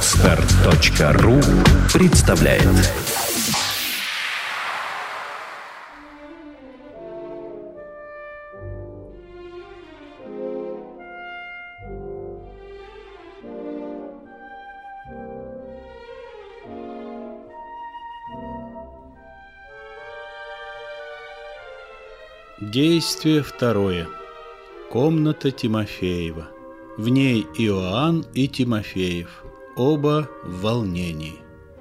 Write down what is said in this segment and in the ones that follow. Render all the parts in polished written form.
Podster.ru представляет. Действие второе. Комната Тимофеева. В ней Иоанн и Тимофеев. Оба в волнении.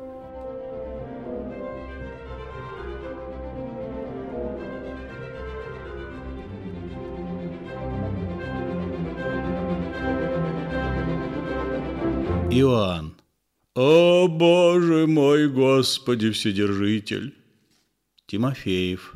Иоанн. О, Боже мой, Господи Вседержитель! Тимофеев.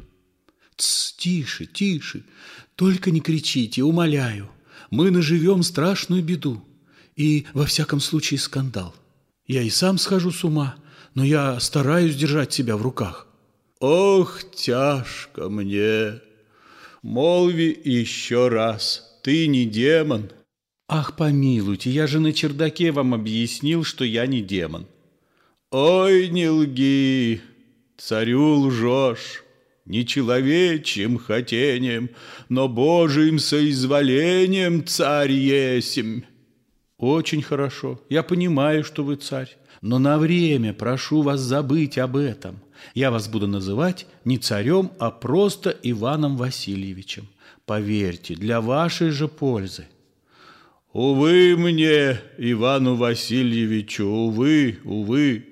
Тише, тише, только не кричите, умоляю. Мы наживем страшную беду и, во всяком случае, скандал. Я и сам схожу с ума, но я стараюсь держать себя в руках. Ох, тяжко мне. Молви еще раз, ты не демон. Ах, помилуйте, я же на чердаке вам объяснил, что я не демон. Ой, не лги, царю лжешь. Не человечьим хотением, но Божиим соизволением царь есмь. Очень хорошо, я понимаю, что вы царь, но на время прошу вас забыть об этом. Я вас буду называть не царем, а просто Иваном Васильевичем. Поверьте, для вашей же пользы. Увы мне, Ивану Васильевичу, увы, увы.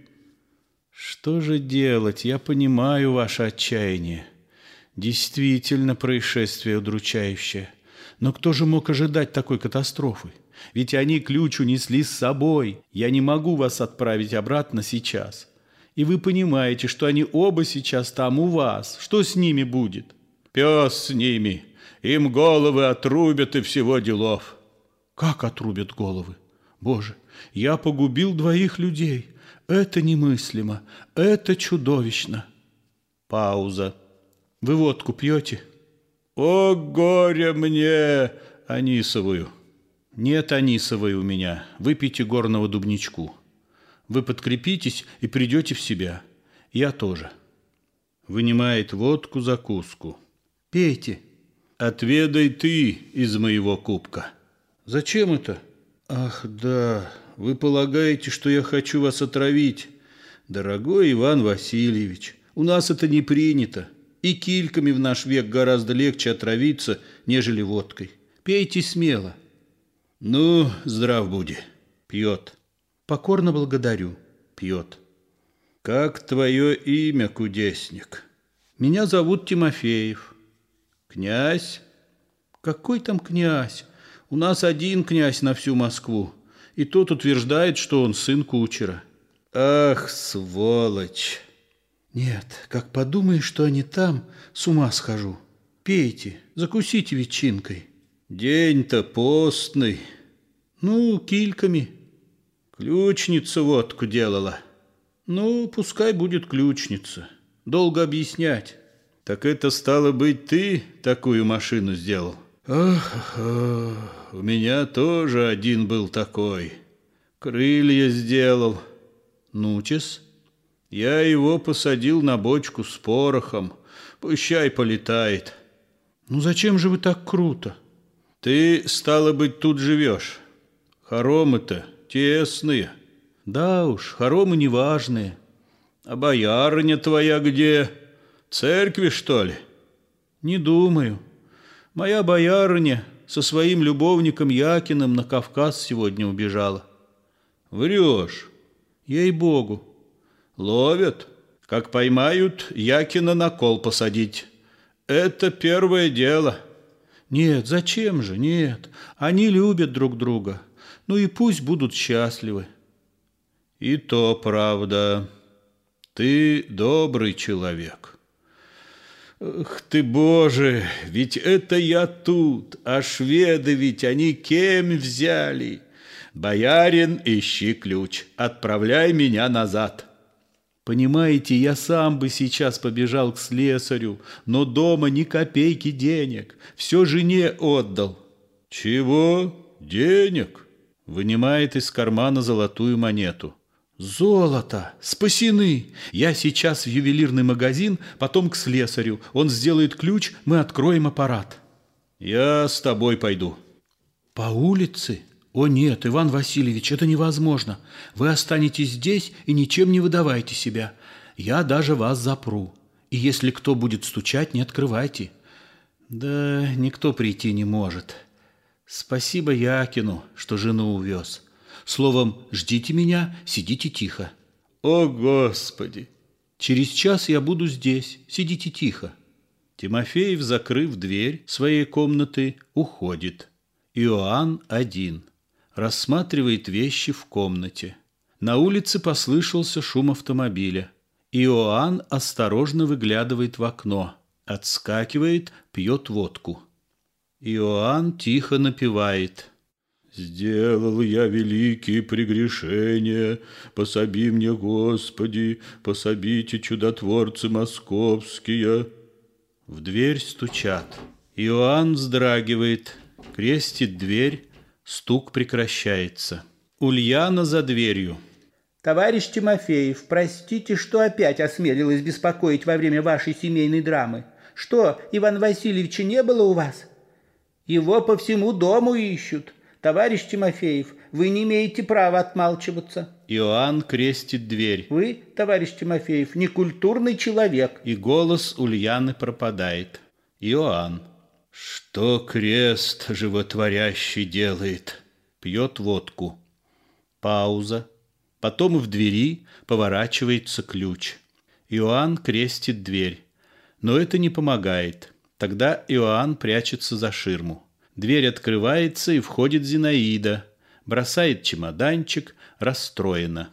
Что же делать? Я понимаю ваше отчаяние. Действительно, происшествие удручающее. Но кто же мог ожидать такой катастрофы? Ведь они ключ унесли с собой. Я не могу вас отправить обратно сейчас. И вы понимаете, что они оба сейчас там у вас. Что с ними будет? Пес с ними. Им головы отрубят, и всего делов. Как отрубят головы? Боже, я погубил 2 людей. Это немыслимо, это чудовищно. Пауза. Вы водку пьете? О, горе мне! Анисовую. Нет анисовой у меня. Выпейте горного дубничку. Вы подкрепитесь и придете в себя. Я тоже. Вынимает водку-закуску. Пейте. Отведай ты из моего кубка. Зачем это? Ах, да... Вы полагаете, что я хочу вас отравить? Дорогой Иван Васильевич, у нас это не принято. И кильками в наш век гораздо легче отравиться, нежели водкой. Пейте смело. Ну, здрав буди. Пьет. Покорно благодарю. Пьет. Как твое имя, кудесник? Меня зовут Тимофеев. Князь? Какой там князь? У нас один князь на всю Москву. И тот утверждает, что он сын кучера. Ах, сволочь! Нет, как подумаешь, что они там, с ума схожу. Пейте, закусите ветчинкой. День-то постный. Ну, кильками. Ключница водку делала. Ну, пускай будет ключница. Долго объяснять. Так это, стало быть, ты такую машину сделал? Ах, у меня тоже один был такой. Крылья сделал. Ну-чес. Я его посадил на бочку с порохом. Пущай полетает. Ну зачем же вы так круто? Ты, стало быть, тут живешь. Хоромы-то тесные. Да уж, хоромы неважные. А боярыня твоя где? Церкви, что ли? Не думаю. Моя боярыня со своим любовником Якиным на Кавказ сегодня убежала. Врешь. Ей-богу. Ловят. Как поймают, Якина на кол посадить. Это первое дело. Нет, зачем же? Нет. Они любят друг друга. Ну и пусть будут счастливы. И то правда. Ты добрый человек. Ах ты, Боже, ведь это я тут, а шведы ведь они кем взяли? Боярин, ищи ключ, отправляй меня назад. Понимаете, я сам бы сейчас побежал к слесарю, но дома ни копейки денег, все жене отдал. Чего? Денег? Вынимает из кармана золотую монету. Золото! Спасены! Я сейчас в ювелирный магазин, потом к слесарю. Он сделает ключ, мы откроем аппарат. Я с тобой пойду. По улице? О нет, Иван Васильевич, это невозможно. Вы останетесь здесь и ничем не выдавайте себя. Я даже вас запру. И если кто будет стучать, не открывайте. Да никто прийти не может. Спасибо Якину, что жену увез. Словом, ждите меня, сидите тихо. О, Господи! Через час я буду здесь, сидите тихо. Тимофеев, закрыв дверь своей комнаты, уходит. Иоанн один. Рассматривает вещи в комнате. На улице послышался шум автомобиля. Иоанн осторожно выглядывает в окно. Отскакивает, пьет водку. Иоанн тихо напевает. «Сделал я великие прегрешения, пособи мне, Господи, пособите, чудотворцы московские». В дверь стучат. Иоанн вздрагивает, крестит дверь, стук прекращается. Ульяна за дверью. Товарищ Тимофеев, простите, что опять осмелилась беспокоить во время вашей семейной драмы. Что, Ивана Васильевича не было у вас? Его по всему дому ищут. Товарищ Тимофеев, вы не имеете права отмалчиваться. Иоанн крестит дверь. Вы, товарищ Тимофеев, некультурный человек. И голос Ульяны пропадает. Иоанн. Что крест животворящий делает? Пьет водку. Пауза. Потом в двери поворачивается ключ. Иоанн крестит дверь. Но это не помогает. Тогда Иоанн прячется за ширму. Дверь открывается, и входит Зинаида. Бросает чемоданчик, расстроена.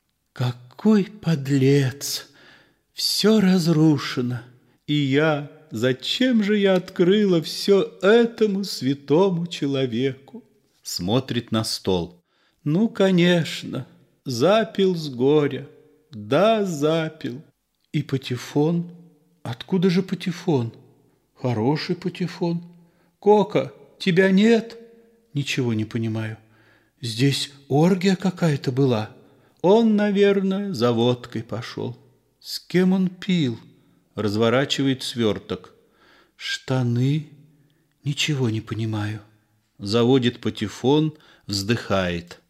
«Какой подлец! Все разрушено. И зачем же я открыла все этому святому человеку?» Смотрит на стол. «Ну, конечно, запил с горя. Да, запил. И патефон? Откуда же патефон? Хороший патефон. Кока, тебя нет?» «Ничего не понимаю. Здесь оргия какая-то была. Он, наверное, за водкой пошел. С кем он пил?» Разворачивает сверток. «Штаны? Ничего не понимаю». Заводит патефон, вздыхает.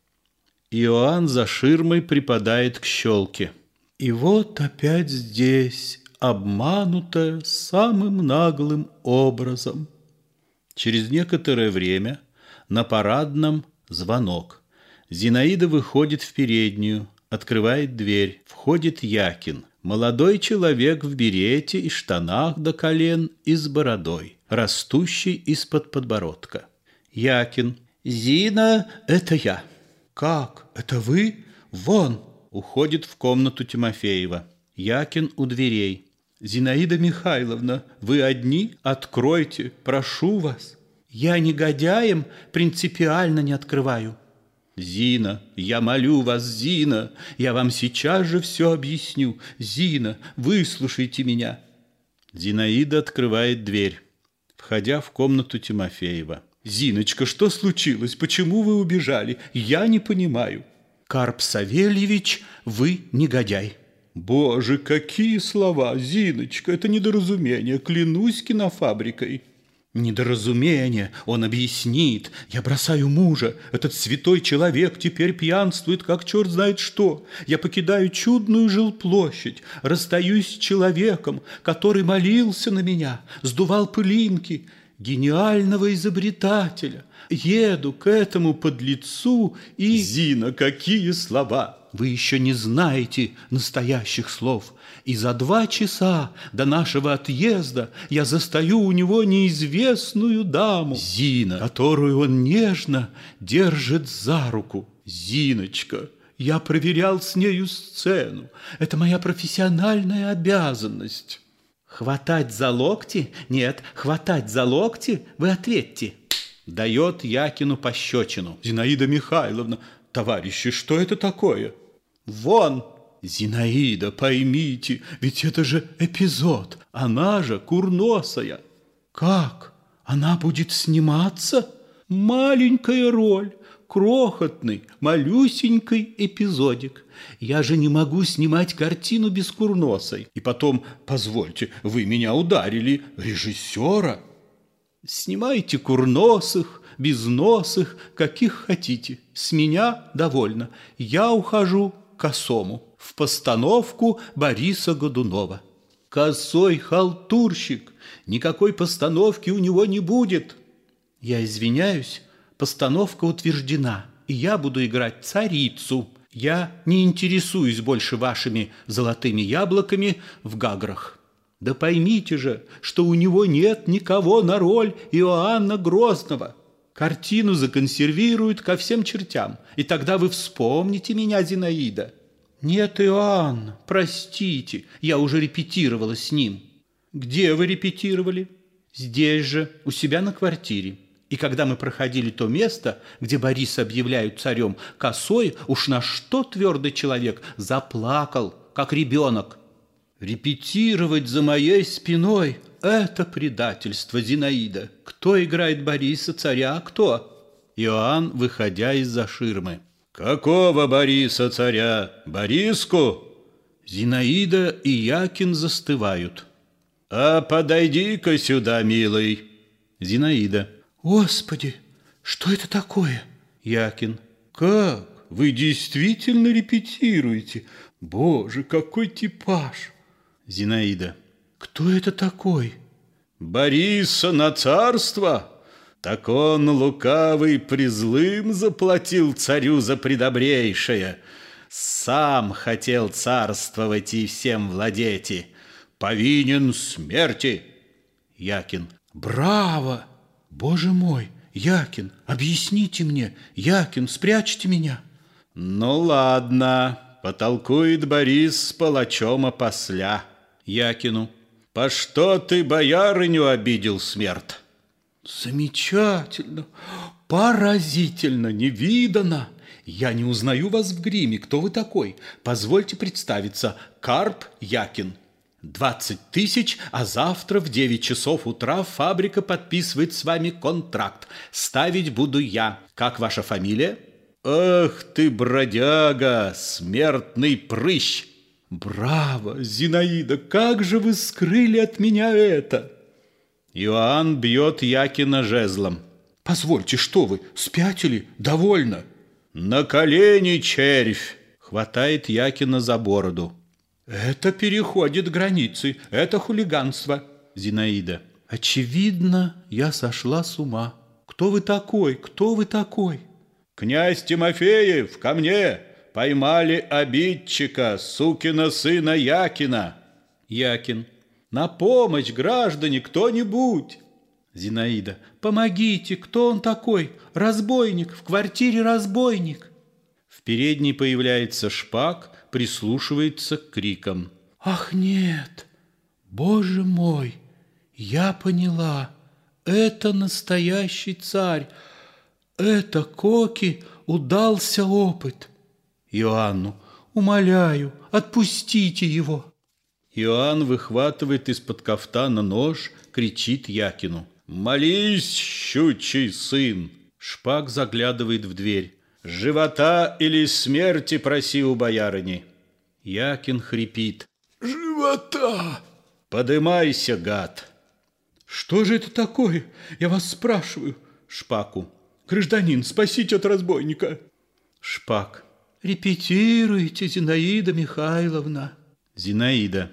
Иоанн за ширмой припадает к щелке. И вот опять здесь, обманутая самым наглым образом. Через некоторое время на парадном звонок. Зинаида выходит в переднюю, открывает дверь. Входит Якин. Молодой человек в берете и штанах до колен и с бородой, растущей из-под подбородка. Якин. «Зина, это я». «Как? Это вы? Вон!» Уходит в комнату Тимофеева. Якин у дверей. «Зинаида Михайловна, вы одни? Откройте, прошу вас». «Я негодяем принципиально не открываю». «Зина, я молю вас, Зина, я вам сейчас же все объясню. Зина, выслушайте меня». Зинаида открывает дверь, входя в комнату Тимофеева. «Зиночка, что случилось? Почему вы убежали? Я не понимаю». «Карп Савельевич, вы негодяй». «Боже, какие слова, Зиночка, это недоразумение, клянусь кинофабрикой». «Недоразумение, он объяснит. Я бросаю мужа. Этот святой человек теперь пьянствует, как черт знает что. Я покидаю чудную жилплощадь, расстаюсь с человеком, который молился на меня, сдувал пылинки, гениального изобретателя. Еду к этому подлецу и...» «Зина, какие слова! Вы еще не знаете настоящих слов. И за 2 часа до нашего отъезда я застаю у него неизвестную даму, Зина, которую он нежно держит за руку. Зиночка, я проверял с нею сцену. Это моя профессиональная обязанность». «Хватать за локти? Нет, хватать за локти? Вы ответьте». Дает Якину пощечину. «Зинаида Михайловна, товарищи, что это такое?» «Вон!» «Зинаида, поймите, ведь это же эпизод, она же курносая». «Как? Она будет сниматься?» «Маленькая роль, крохотный, малюсенький эпизодик. Я же не могу снимать картину без курносой. И потом, позвольте, вы меня ударили, режиссера. Снимайте курносых, безносых, каких хотите. С меня довольно. Я ухожу к косому, в постановку Бориса Годунова. Косой халтурщик, никакой постановки у него не будет. Я извиняюсь, постановка утверждена, и я буду играть царицу. Я не интересуюсь больше вашими золотыми яблоками в гаграх. Да поймите же, что у него нет никого на роль Иоанна Грозного. Картину законсервируют ко всем чертям, и тогда вы вспомните меня, Зинаида. Нет, Иоанн, простите, я уже репетировала с ним. Где вы репетировали? Здесь же, у себя на квартире. И когда мы проходили то место, где Бориса объявляют царем, Косой, уж на что твердый человек, заплакал, как ребенок. Репетировать за моей спиной – это предательство, Зинаида. Кто играет Бориса, царя, а кто? Иоанн, выходя из-за ширмы. Какого Бориса, царя? Бориску? Зинаида и Якин застывают. А подойди-ка сюда, милый. Зинаида. Господи, что это такое? Якин. Как? Вы действительно репетируете? Боже, какой типаж! Зинаида. Кто это такой? Бориса на царство? Так он, лукавый, призлым заплатил царю за предобрейшее. Сам хотел царствовать и всем владеть. Повинен смерти. Якин. Браво! Боже мой, Якин, объясните мне. Якин, спрячьте меня. Ну ладно, потолкует Борис с палачом опосля. Якину. По что ты боярыню обидел, смерть? Замечательно, поразительно, невиданно. Я не узнаю вас в гриме. Кто вы такой? Позвольте представиться. Карп Якин. 20 000, а завтра в 9 часов утра фабрика подписывает с вами контракт. Ставить буду я. Как ваша фамилия? Ах ты, бродяга, смертный прыщ! Браво, Зинаида, как же вы скрыли от меня это? Иоанн бьет Якина жезлом. Позвольте, что вы, спятили? Довольно. На колени, червь! Хватает Якина за бороду. Это переходит границы, это хулиганство. Зинаида. Очевидно, я сошла с ума. Кто вы такой? Кто вы такой? Князь Тимофеев, ко мне! Поймали обидчика, сукина сына Якина. Якин. На помощь, граждане, кто-нибудь. Зинаида. Помогите, кто он такой? Разбойник, в квартире разбойник. В передней появляется Шпак, прислушивается к крикам. Ах, нет! Боже мой! Я поняла. Это настоящий царь. Это Коки удался опыт. Иоанну. Умоляю, отпустите его. Иоанн выхватывает из-под кафтана нож, кричит Якину. Молись, щучий сын. Шпак заглядывает в дверь. Живота или смерти проси у боярыни. Якин хрипит. Живота! Подымайся, гад. Что же это такое? Я вас спрашиваю. Шпаку. Гражданин, спасите от разбойника. Шпак. Репетируйте, Зинаида Михайловна. Зинаида.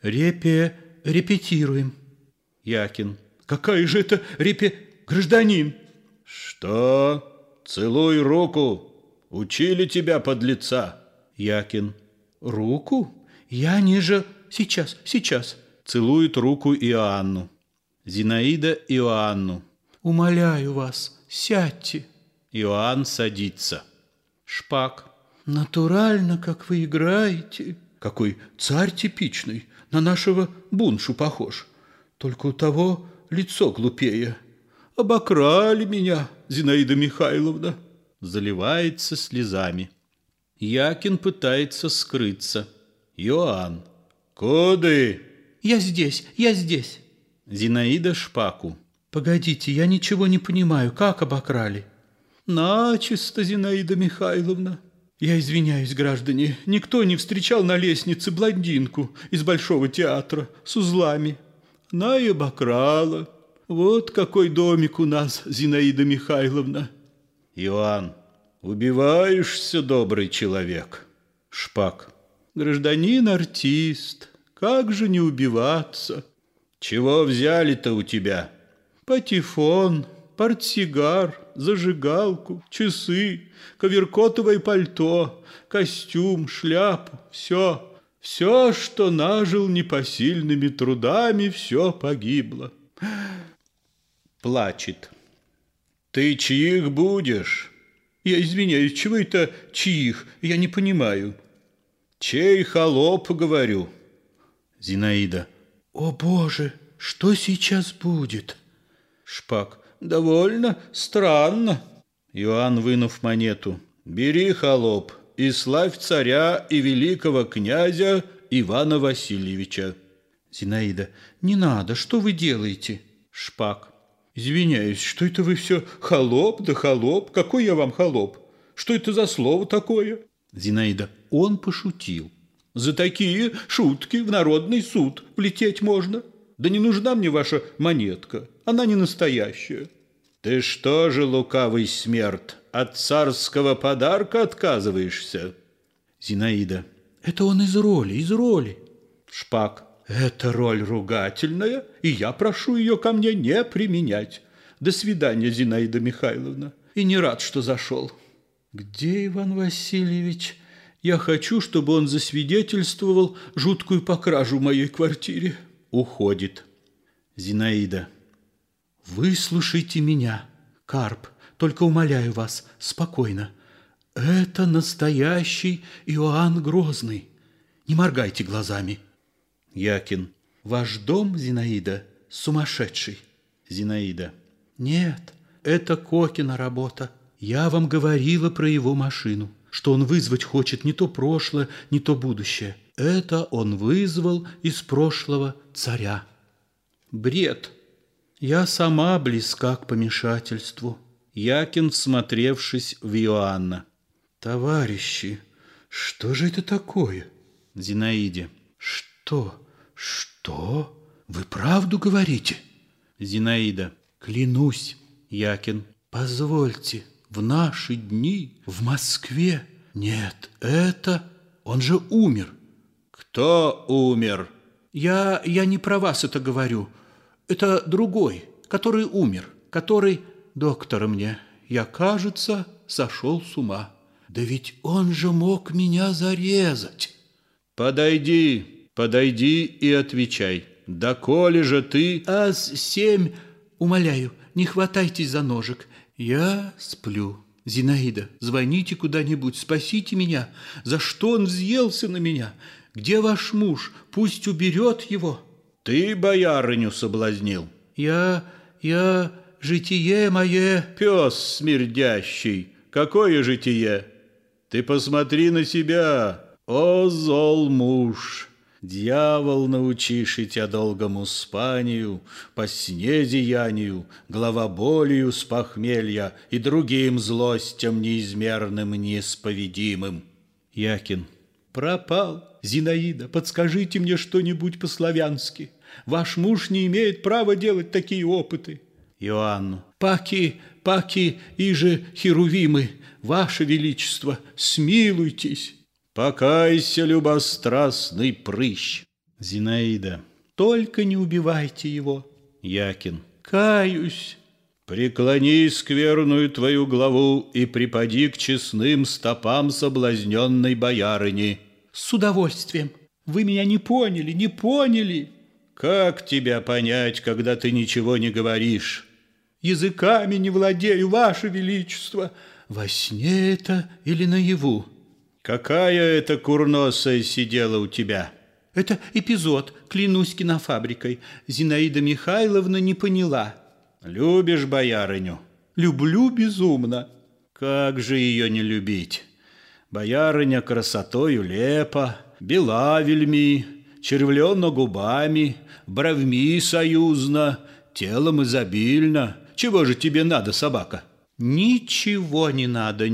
Репетируем. Якин. Какая же это гражданин? Что? Целуй руку. Учили тебя, подлеца. Якин. Руку? Я ниже. Сейчас. Целует руку Иоанну. Зинаида Иоанну. Умоляю вас, сядьте. Иоанн садится. Шпак. Натурально, как вы играете. Какой царь типичный. На нашего Буншу похож. Только у того лицо глупее. Обокрали меня, Зинаида Михайловна. Заливается слезами. Якин пытается скрыться. Иоанн. Куды? Я здесь. Зинаида Шпаку. Погодите, я ничего не понимаю. Как обокрали? Начисто, Зинаида Михайловна. Я извиняюсь, граждане, никто не встречал на лестнице блондинку из Большого театра с узлами. Она и обокрала. Вот какой домик у нас, Зинаида Михайловна. Иоанн. Убиваешься, добрый человек. Шпак. Гражданин-артист, как же не убиваться? Чего взяли-то у тебя? Патефон, портсигар, зажигалку, часы, коверкотовое пальто, костюм, шляпу, все. Все, что нажил непосильными трудами, все погибло. Плачет. Ты чьих будешь? Я извиняюсь, чего это чьих? Я не понимаю. Чей холоп, говорю. Зинаида. О, Боже, что сейчас будет? Шпак. Довольно странно. Иоанн, вынув монету. Бери, холоп, и славь царя и великого князя Ивана Васильевича. Зинаида. Не надо, что вы делаете? Шпак. Извиняюсь, что это вы все холоп да холоп? Какой я вам холоп? Что это за слово такое? Зинаида. Он пошутил. За такие шутки в народный суд влететь можно. Да не нужна мне ваша монетка, она не настоящая. Ты что же, лукавый смерть, от царского подарка отказываешься? Зинаида. Это он из роли. Шпак. Это роль ругательная, и я прошу ее ко мне не применять. До свидания, Зинаида Михайловна. И не рад, что зашел. Где Иван Васильевич? Я хочу, чтобы он засвидетельствовал жуткую покражу в моей квартире. Уходит. Зинаида. Выслушайте меня, Карп, только умоляю вас, спокойно. Это настоящий Иоанн Грозный. Не моргайте глазами. Якин. Ваш дом, Зинаида, сумасшедший. Зинаида. Нет, это Кокина работа. Я вам говорила про его машину, что он вызвать хочет не то прошлое, не то будущее. Это он вызвал из прошлого царя. Бред. Я сама близка к помешательству. Якин, всмотревшись в Иоанна. Товарищи, что же это такое? Зинаиде. Что? Вы правду говорите? Зинаида. Клянусь. Якин. Позвольте, в наши дни в Москве? Нет, это... Он же умер. Кто умер? Я не про вас это говорю. Это другой, который умер, который... Доктор мне, я, кажется, сошел с ума. Да ведь он же мог меня зарезать. Подойди и отвечай. Доколе же ты... 7, умоляю, не хватайтесь за ножик. Я сплю. Зинаида, звоните куда-нибудь, спасите меня. За что он взъелся на меня? Где ваш муж? Пусть уберет его. Ты боярыню соблазнил. Я... Житие мое... Пес смердящий. Какое житие? Ты посмотри на себя. О, зол муж! Дьявол, научишь тебя долгому спанию, по сне деянию, головоболию с похмелья и другим злостям неизмерным и неисповедимым. Якин. Пропал. Зинаида, подскажите мне что-нибудь по-славянски. Ваш муж не имеет права делать такие опыты. Иоанну. Паки, иже херувимы, ваше величество, смилуйтесь. Покайся, любострастный прыщ. Зинаида. Только не убивайте его. Якин. Каюсь. Преклони скверную твою главу и припади к честным стопам соблазненной боярыни. С удовольствием. Вы меня не поняли. Как тебя понять, когда ты ничего не говоришь? Языками не владею, ваше величество. Во сне это или наяву? Какая это курносая сидела у тебя? Это эпизод, клянусь кинофабрикой. Зинаида Михайловна не поняла. Любишь боярыню? Люблю безумно. Как же ее не любить? Боярыня красотою лепа, бела вельми, червленно губами, бровьми союзно, телом изобильно. Чего же тебе надо, собака? Ничего не надо,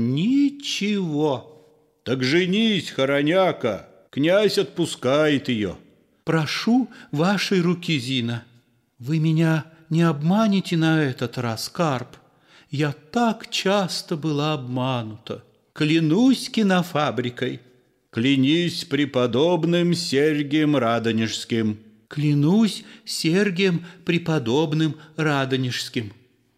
ничего. Так женись, хороняка, князь отпускает ее. Прошу вашей руки, Зина. Вы меня не обманете на этот раз, Карп. Я так часто была обманута. Клянусь кинофабрикой. Клянись преподобным Сергием Радонежским. Клянусь Сергием преподобным Радонежским.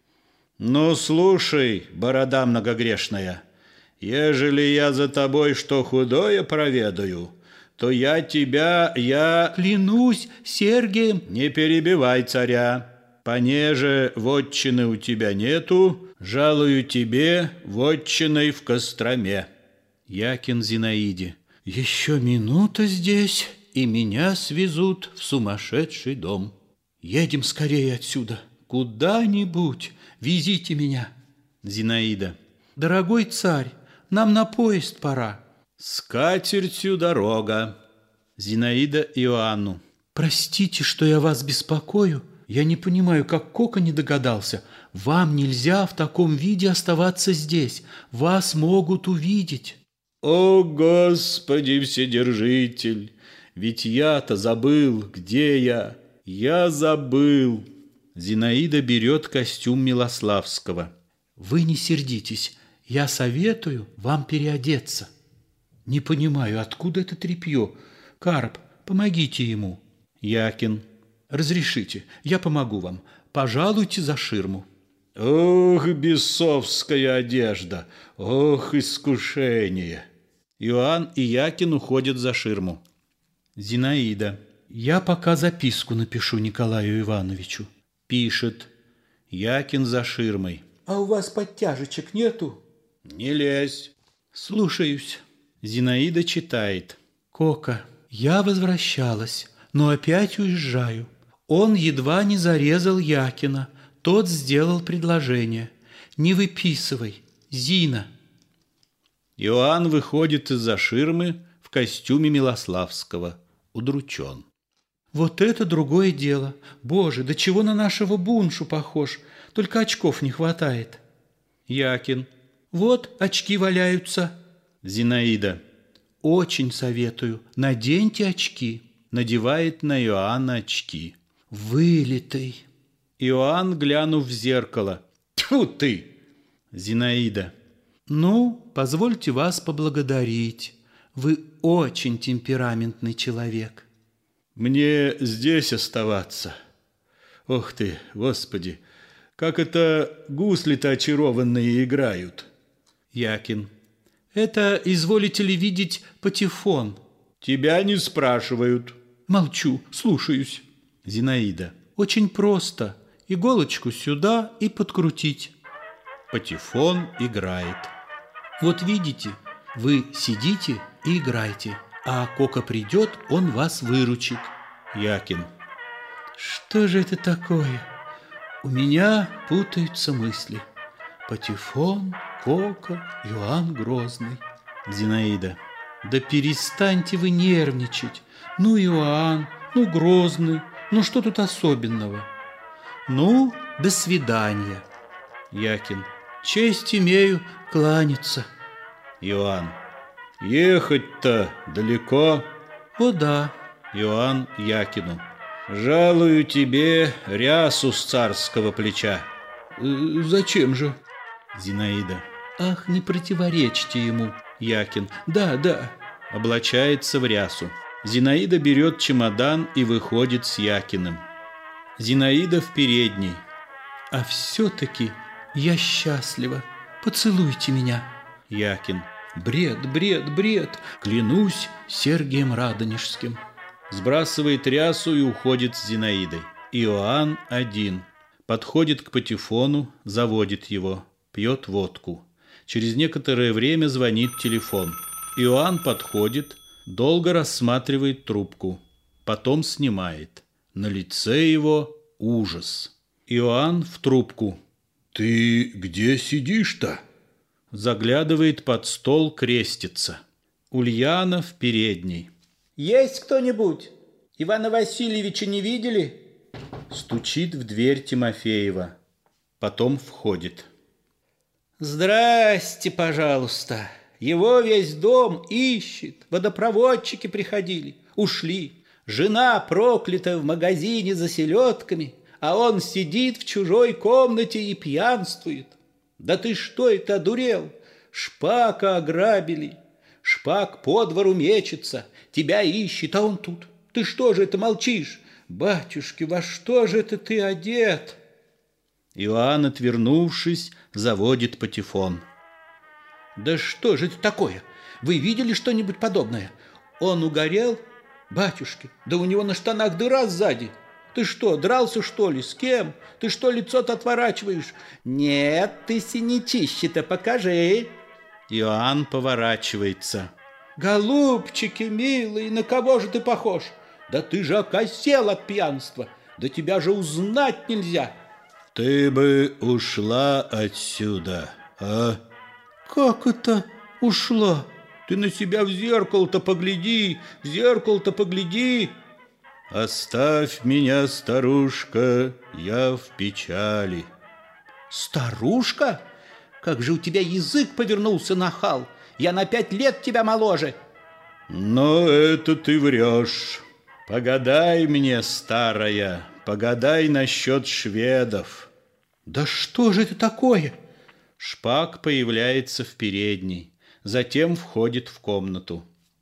Ну, слушай, борода многогрешная, ежели я за тобой что худое проведаю, то я тебя. Клянусь Сергием. Не перебивай царя. Понеже вотчины у тебя нету, жалую тебе вотчиной в Костроме. Якин Зинаиде. Еще минута здесь, и меня свезут в сумасшедший дом. Едем скорее отсюда, куда-нибудь, везите меня. Зинаида. Дорогой царь, нам на поезд пора. С катертью дорога. Зинаида Иоанну. Простите, что я вас беспокою. Я не понимаю, как Кока не догадался. Вам нельзя в таком виде оставаться здесь. Вас могут увидеть. О, Господи Вседержитель! Ведь я-то забыл, где я. Я забыл. Зинаида берет костюм Милославского. Вы не сердитесь. Я советую вам переодеться. Не понимаю, откуда это тряпье. Карп, помогите ему. Якин. Разрешите, я помогу вам. Пожалуйте за ширму. Ох, бесовская одежда! Ох, искушение! Иоанн и Якин уходят за ширму. Зинаида. Я пока записку напишу Николаю Ивановичу. Пишет. Якин за ширмой. А у вас подтяжечек нету? Не лезь. Слушаюсь. Зинаида читает. Кока, я возвращалась, но опять уезжаю. Он едва не зарезал Якина. Тот сделал предложение. Не выписывай, Зина. Иоанн выходит из-за ширмы в костюме Милославского. Удручен. Вот это другое дело. Боже, до чего на нашего Буншу похож. Только очков не хватает. Якин. Вот очки валяются. Зинаида. Очень советую. Наденьте очки. Надевает на Иоанна очки. Вылитый. Иоанн, глянув в зеркало. Тьфу ты! Зинаида. Ну, позвольте вас поблагодарить. Вы очень темпераментный человек. Мне здесь оставаться. Ох ты, Господи, как это гусли-то очарованные играют. Якин. Это, изволите ли видеть, патефон? Тебя не спрашивают. Молчу, слушаюсь. Зинаида. Очень просто. Иголочку сюда и подкрутить. Патефон играет. Вот видите, вы сидите и играете, а Кока придет, он вас выручит. Якин. Что же это такое? У меня путаются мысли. Патефон, Кока, Иоанн Грозный. Зинаида. Да перестаньте вы нервничать. Ну, Иоанн, ну, Грозный, ну, что тут особенного? Ну, до свидания. Якин. Честь имею кланяться. Иоанн. Ехать-то далеко. О, да. Иоанн Якину. Жалую тебе рясу с царского плеча. Зачем же? Зинаида. Ах, не противоречьте ему. Якин. Да, да. Облачается в рясу. Зинаида берет чемодан и выходит с Якиным. Зинаида в передней. А все-таки я счастлива. Поцелуйте меня. Якин. Бред, бред, бред. Клянусь Сергием Радонежским. Сбрасывает рясу и уходит с Зинаидой. Иоанн один. Подходит к патефону, заводит его, пьет водку. Через некоторое время звонит телефон. Иоанн подходит, долго рассматривает трубку, потом снимает. На лице его ужас. Иоанн в трубку. «Ты где сидишь-то?» Заглядывает под стол, крестится. Ульяна в передней. Есть кто-нибудь? Ивана Васильевича не видели? Стучит в дверь Тимофеева. Потом входит. Здрасте, пожалуйста. Его весь дом ищет. Водопроводчики приходили, ушли. Жена проклята в магазине за селедками, а он сидит в чужой комнате и пьянствует. Да ты что это, одурел? Шпака ограбили. Шпак по двору мечется, тебя ищет, а он тут. Ты что же это молчишь? Батюшки, во что же это ты одет? Иоанн, отвернувшись, заводит патефон. Да что же это такое? Вы видели что-нибудь подобное? Он угорел? Батюшки, да у него на штанах дыра сзади. Ты что, дрался, что ли? С кем? Ты что, лицо-то отворачиваешь? Нет, ты синячище-то покажи. Иоанн поворачивается. Голубчики милые, на кого же ты похож? Да ты же окосел от пьянства. Да тебя же узнать нельзя. Ты бы ушла отсюда, а? Как это ушла? Ты на себя в зеркало-то погляди, в зеркало-то погляди. Оставь меня, старушка, я в печали. Старушка? Как же у тебя язык повернулся, нахал? Я на 5 лет тебя моложе. Но это ты врешь. Погадай мне, старая, погадай насчет шведов. Да что же это такое? Шпак появляется в передней, затем входит в комнату.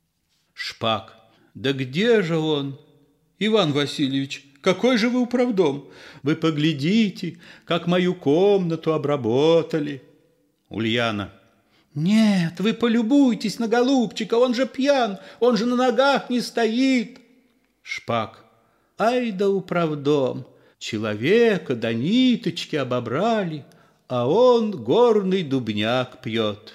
Шпак. Да где же он? Иван Васильевич, какой же вы управдом? Вы поглядите, как мою комнату обработали. Ульяна. Нет, вы полюбуйтесь на голубчика, он же пьян, он же на ногах не стоит. Шпак. Ай да управдом, человека до ниточки обобрали, а он горный дубняк пьет.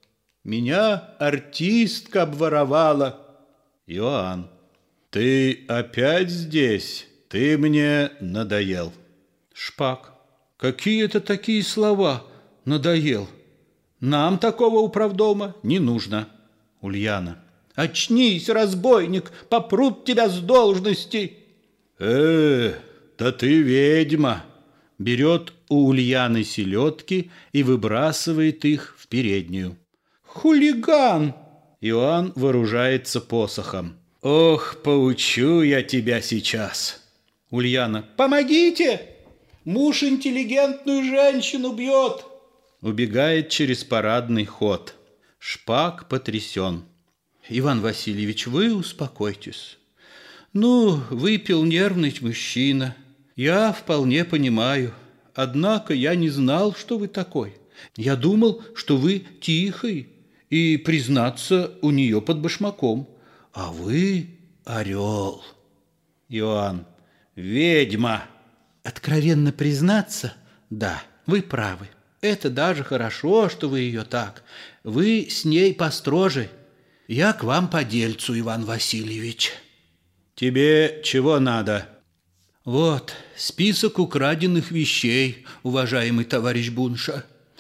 Меня артистка обворовала. Иоанн. Ты опять здесь? Ты мне надоел. Шпак. Какие это такие слова? Надоел. Нам такого управдома не нужно. Ульяна. Очнись, разбойник, попрут тебя с должности. Да ты ведьма. Берет у Ульяны селедки и выбрасывает их в переднюю. Хулиган! Иоанн вооружается посохом. Ох, поучу я тебя сейчас. Ульяна. Помогите! Муж интеллигентную женщину бьет. Убегает через парадный ход. Шпак потрясен. Иван Васильевич, вы успокойтесь. Ну, выпил нервный мужчина. Я вполне понимаю. Однако я не знал, что вы такой. Я думал, что вы тихий и, признаться, у нее под башмаком. А вы орел. Иоанн. Ведьма. Откровенно признаться, да, вы правы. Это даже хорошо, что вы ее так. Вы с ней построже. Я к вам по дельцу, Иван Васильевич. Тебе чего надо? Вот список украденных вещей, уважаемый товарищ Бунша.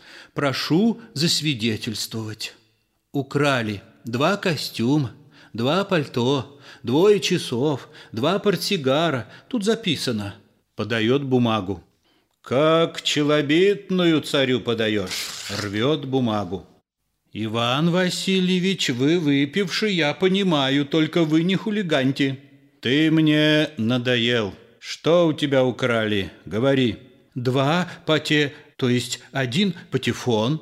Прошу засвидетельствовать. Украли 2 костюма, 2 пальто, 2 часов, 2 портсигара. Тут записано. Подает бумагу. Как челобитную царю подаешь. Рвет бумагу. Иван Васильевич, вы выпивший, я понимаю, только вы не хулиганьте. Ты мне надоел. Что у тебя украли? Говори. 2 то есть 1 патефон.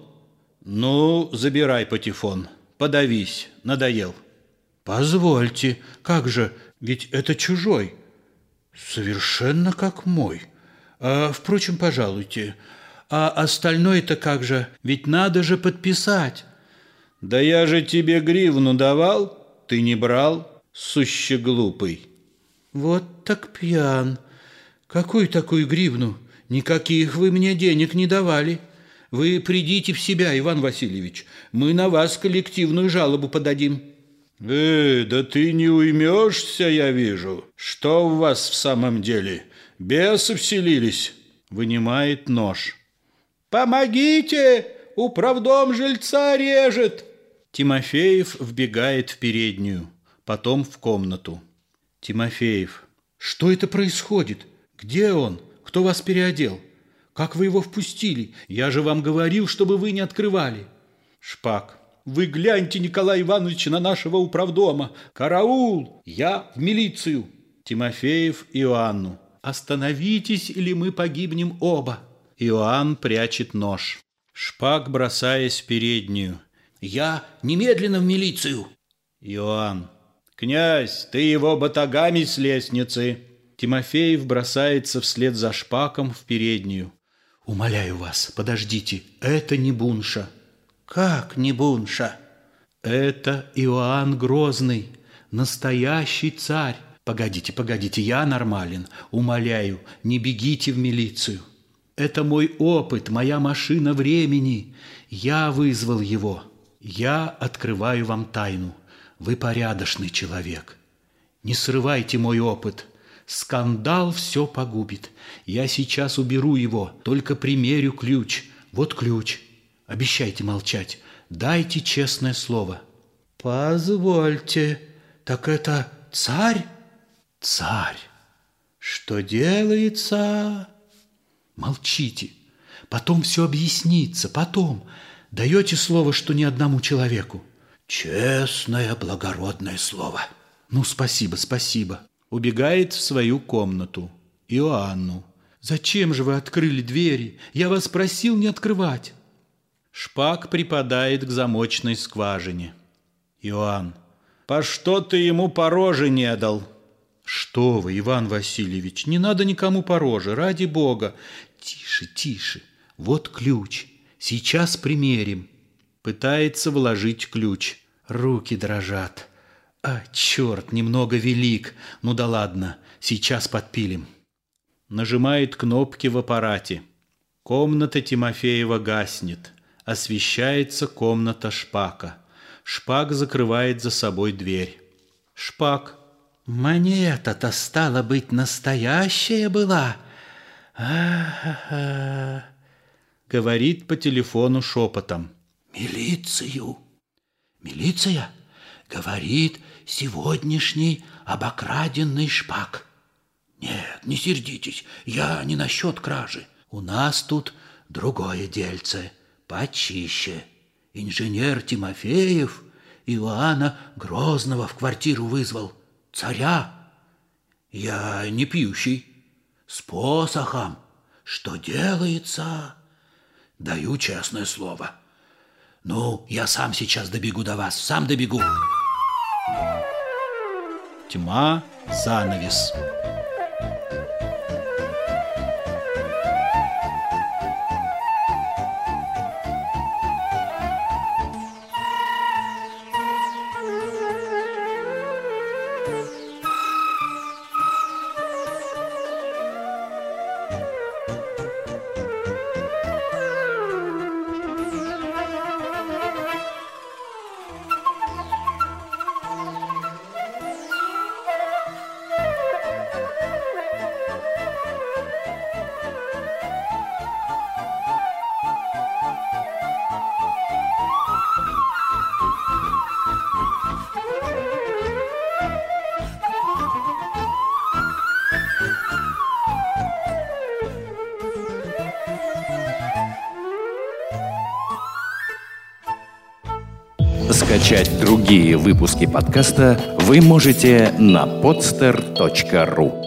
Ну, забирай патефон. Подавись, надоел. Позвольте, как же, ведь это чужой. Совершенно как мой. Впрочем, пожалуйте. А остальное-то как же? Ведь надо же подписать. Да я же тебе гривну давал, ты не брал, суще глупый. Вот так пьян. Какую такую гривну? Никаких вы мне денег не давали. Вы придите в себя, Иван Васильевич. Мы на вас коллективную жалобу подадим. Да ты не уймешься, я вижу. Что у вас в самом деле? Бесы вселились? Вынимает нож. Помогите! Управдом жильца режет! Тимофеев вбегает в переднюю, потом в комнату. Тимофеев. Что это происходит? Где он? Кто вас переодел? Как вы его впустили? Я же вам говорил, чтобы вы не открывали. Шпак. Вы гляньте, Николай Иванович, на нашего управдома. Караул! Я в милицию. Тимофеев Иоанну. Остановитесь, или мы погибнем оба. Иоанн прячет нож. Шпак, бросаясь в переднюю. Я немедленно в милицию. Иоанн. Князь, ты его батагами с лестницы. Тимофеев бросается вслед за Шпаком в переднюю. Умоляю вас, подождите, это не Бунша. Как не Бунша? Это Иоанн Грозный, настоящий царь. Погодите, я нормален. Умоляю, не бегите в милицию. Это мой опыт, моя машина времени. Я вызвал его. Я открываю вам тайну. Вы порядочный человек. Не срывайте мой опыт. Скандал все погубит. Я сейчас уберу его, только примерю ключ. Вот ключ. Обещайте молчать. Дайте честное слово. Позвольте. Так это царь? Царь. Что делается? Молчите. Потом все объяснится. Потом. Даете слово, что ни одному человеку? Честное, благородное слово. Ну, спасибо. Убегает в свою комнату. Иоанну. Зачем же вы открыли двери? Я вас просил не открывать. Шпак припадает к замочной скважине. Иоанн. По что ты ему по роже не дал? Что вы, Иван Васильевич, не надо никому по роже, ради Бога. Тише. Вот ключ. Сейчас примерим. Пытается вложить ключ. Руки дрожат. Черт, немного велик. Ну да ладно, сейчас подпилим. Нажимает кнопки в аппарате. Комната Тимофеева гаснет. Освещается комната Шпака. Шпак закрывает за собой дверь. Шпак. Монета-то, стало быть, настоящая была. Говорит по телефону шепотом. Милицию. Милиция? Говорит сегодняшний обокраденный Шпак. Нет, не сердитесь, я не насчет кражи. У нас тут другое дельце, почище. Инженер Тимофеев Иоанна Грозного в квартиру вызвал. Царя. Я не пьющий. С посохом. Что делается? Даю честное слово. Ну, я сам сейчас добегу до вас. Сам добегу. Тьма, занавес. Скачать другие выпуски подкаста вы можете на podster.ru.